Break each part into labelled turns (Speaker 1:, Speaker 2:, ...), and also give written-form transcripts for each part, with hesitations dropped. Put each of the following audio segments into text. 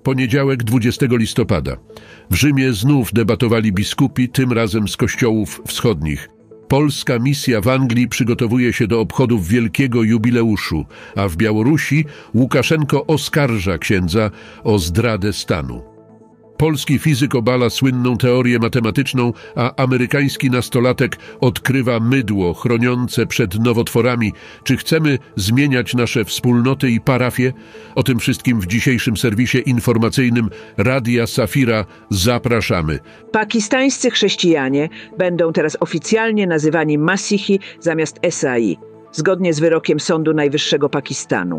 Speaker 1: Poniedziałek, 20 listopada. W Rzymie znów debatowali biskupi, tym razem z kościołów wschodnich. Polska misja w Anglii przygotowuje się do obchodów wielkiego jubileuszu, a w Białorusi Łukaszenko oskarża księdza o zdradę stanu. Polski fizyk obala słynną teorię matematyczną, a amerykański nastolatek odkrywa mydło chroniące przed nowotworami. Czy chcemy zmieniać nasze wspólnoty i parafie? O tym wszystkim w dzisiejszym serwisie informacyjnym Radia Safira zapraszamy.
Speaker 2: Pakistańscy chrześcijanie będą teraz oficjalnie nazywani Masihi zamiast Esai, zgodnie z wyrokiem Sądu Najwyższego Pakistanu.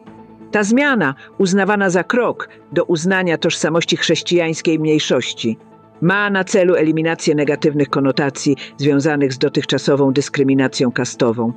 Speaker 2: Ta zmiana, uznawana za krok do uznania tożsamości chrześcijańskiej mniejszości, ma na celu eliminację negatywnych konotacji związanych z dotychczasową dyskryminacją kastową.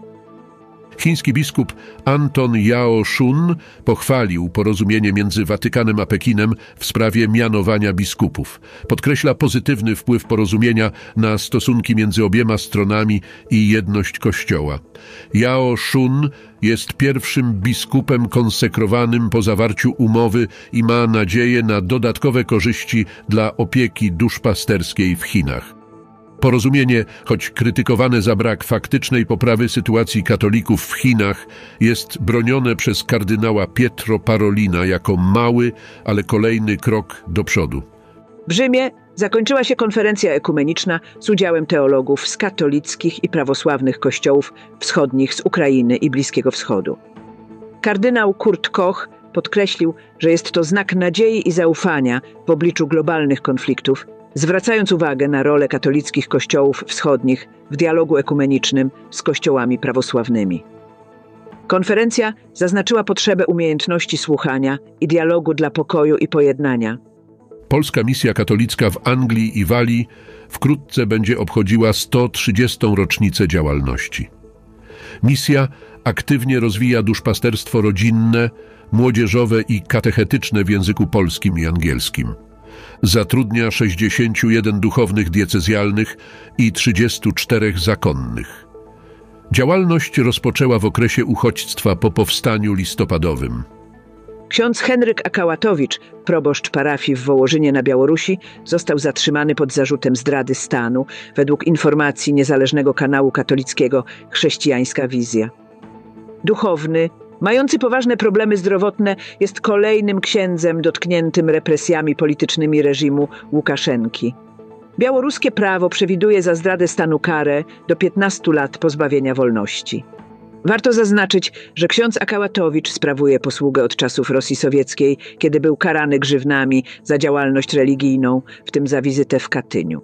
Speaker 1: Chiński biskup Anton Yao Shun pochwalił porozumienie między Watykanem a Pekinem w sprawie mianowania biskupów. Podkreśla pozytywny wpływ porozumienia na stosunki między obiema stronami i jedność Kościoła. Yao Shun jest pierwszym biskupem konsekrowanym po zawarciu umowy i ma nadzieję na dodatkowe korzyści dla opieki duszpasterskiej w Chinach. Porozumienie, choć krytykowane za brak faktycznej poprawy sytuacji katolików w Chinach, jest bronione przez kardynała Pietro Parolina jako mały, ale kolejny krok do przodu.
Speaker 2: W Rzymie zakończyła się konferencja ekumeniczna z udziałem teologów z katolickich i prawosławnych kościołów wschodnich z Ukrainy i Bliskiego Wschodu. Kardynał Kurt Koch podkreślił, że jest to znak nadziei i zaufania w obliczu globalnych konfliktów, zwracając uwagę na rolę katolickich kościołów wschodnich w dialogu ekumenicznym z kościołami prawosławnymi. Konferencja zaznaczyła potrzebę umiejętności słuchania i dialogu dla pokoju i pojednania.
Speaker 1: Polska misja katolicka w Anglii i Walii wkrótce będzie obchodziła 130. rocznicę działalności. Misja aktywnie rozwija duszpasterstwo rodzinne, młodzieżowe i katechetyczne w języku polskim i angielskim. Zatrudnia 61 duchownych diecezjalnych i 34 zakonnych. Działalność rozpoczęła w okresie uchodźstwa po powstaniu listopadowym.
Speaker 2: Ksiądz Henryk Akałatowicz, proboszcz parafii w Wołożynie na Białorusi, został zatrzymany pod zarzutem zdrady stanu, według informacji niezależnego kanału katolickiego Chrześcijańska Wizja. Duchowny, mający poważne problemy zdrowotne, jest kolejnym księdzem dotkniętym represjami politycznymi reżimu Łukaszenki. Białoruskie prawo przewiduje za zdradę stanu karę do 15 lat pozbawienia wolności. Warto zaznaczyć, że ksiądz Akałatowicz sprawuje posługę od czasów Rosji Sowieckiej, kiedy był karany grzywnami za działalność religijną, w tym za wizytę w Katyniu.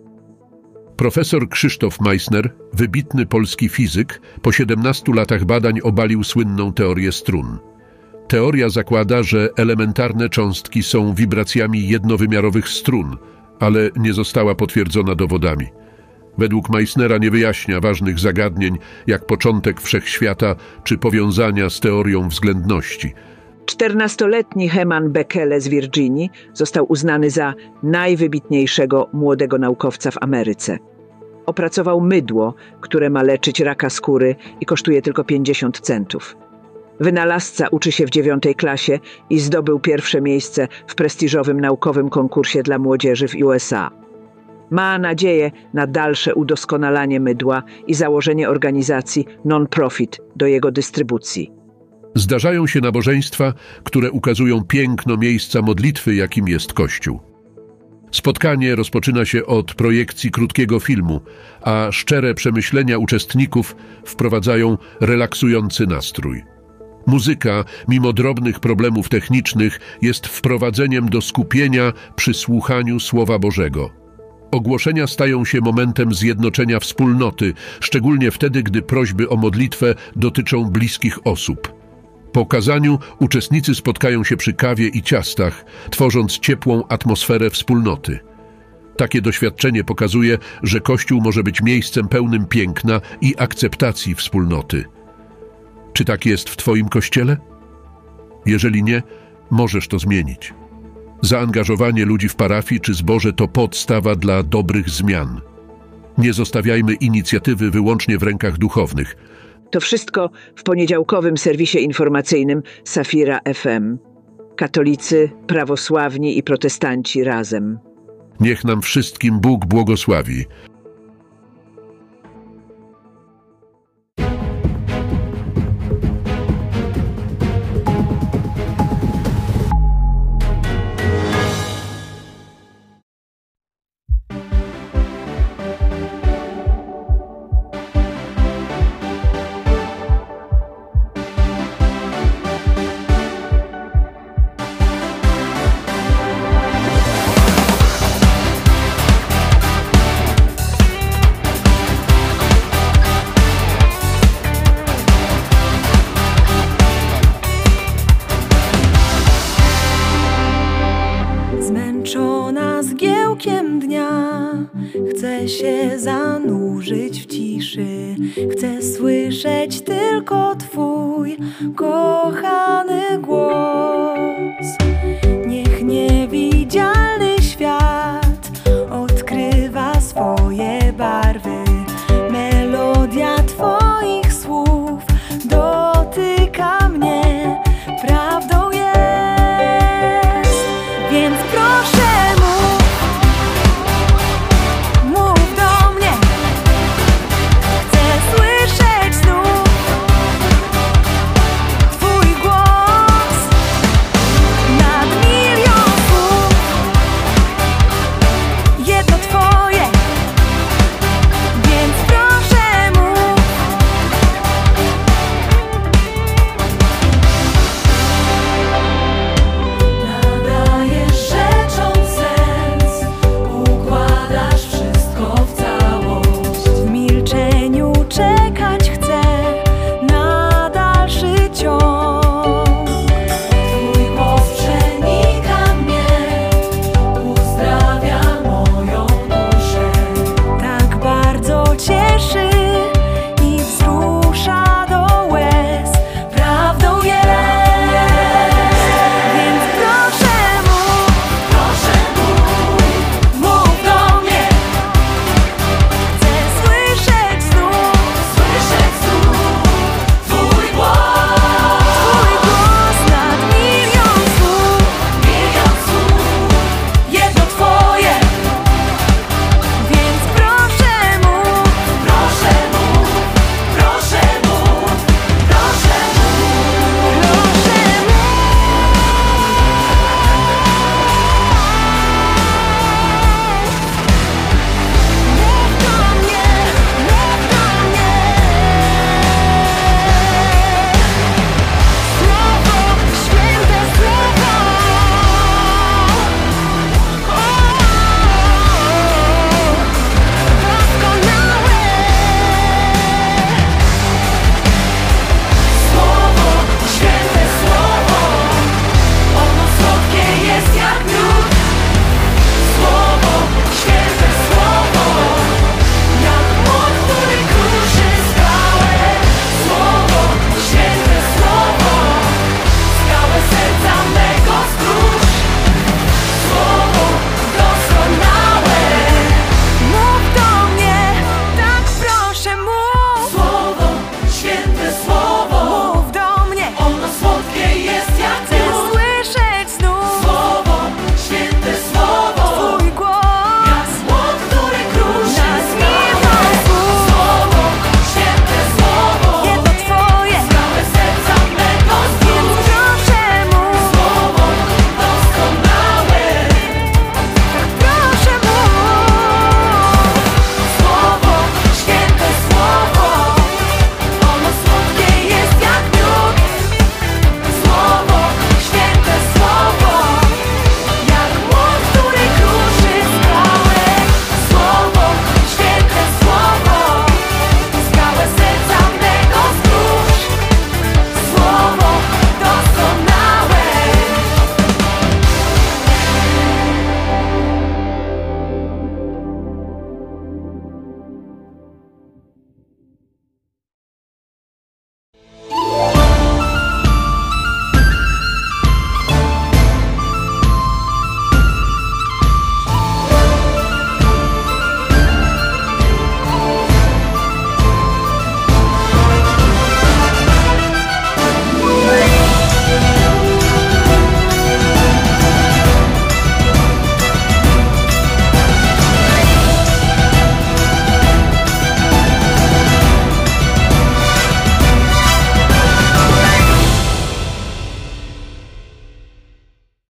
Speaker 1: Profesor Krzysztof Meissner, wybitny polski fizyk, po 17 latach badań obalił słynną teorię strun. Teoria zakłada, że elementarne cząstki są wibracjami jednowymiarowych strun, ale nie została potwierdzona dowodami. Według Meissnera nie wyjaśnia ważnych zagadnień, jak początek wszechświata czy powiązania z teorią względności.
Speaker 2: 14-letni Heman Bekele z Virginii został uznany za najwybitniejszego młodego naukowca w Ameryce. Opracował mydło, które ma leczyć raka skóry i kosztuje tylko 50 centów. Wynalazca uczy się w 9. klasie i zdobył pierwsze miejsce w prestiżowym naukowym konkursie dla młodzieży w USA. Ma nadzieję na dalsze udoskonalanie mydła i założenie organizacji non-profit do jego dystrybucji.
Speaker 1: Zdarzają się nabożeństwa, które ukazują piękno miejsca modlitwy, jakim jest Kościół. Spotkanie rozpoczyna się od projekcji krótkiego filmu, a szczere przemyślenia uczestników wprowadzają relaksujący nastrój. Muzyka, mimo drobnych problemów technicznych, jest wprowadzeniem do skupienia przy słuchaniu Słowa Bożego. Ogłoszenia stają się momentem zjednoczenia wspólnoty, szczególnie wtedy, gdy prośby o modlitwę dotyczą bliskich osób. Po kazaniu uczestnicy spotkają się przy kawie i ciastach, tworząc ciepłą atmosferę wspólnoty. Takie doświadczenie pokazuje, że Kościół może być miejscem pełnym piękna i akceptacji wspólnoty. Czy tak jest w Twoim kościele? Jeżeli nie, możesz to zmienić. Zaangażowanie ludzi w parafii czy zborze to podstawa dla dobrych zmian. Nie zostawiajmy inicjatywy wyłącznie w rękach duchownych.
Speaker 2: To wszystko w poniedziałkowym serwisie informacyjnym Safira FM. Katolicy, prawosławni i protestanci razem.
Speaker 1: Niech nam wszystkim Bóg błogosławi.
Speaker 3: Zmęczona zgiełkiem dnia, chcę się zanurzyć w ciszy. Chcę słyszeć tylko Twój kochany głos.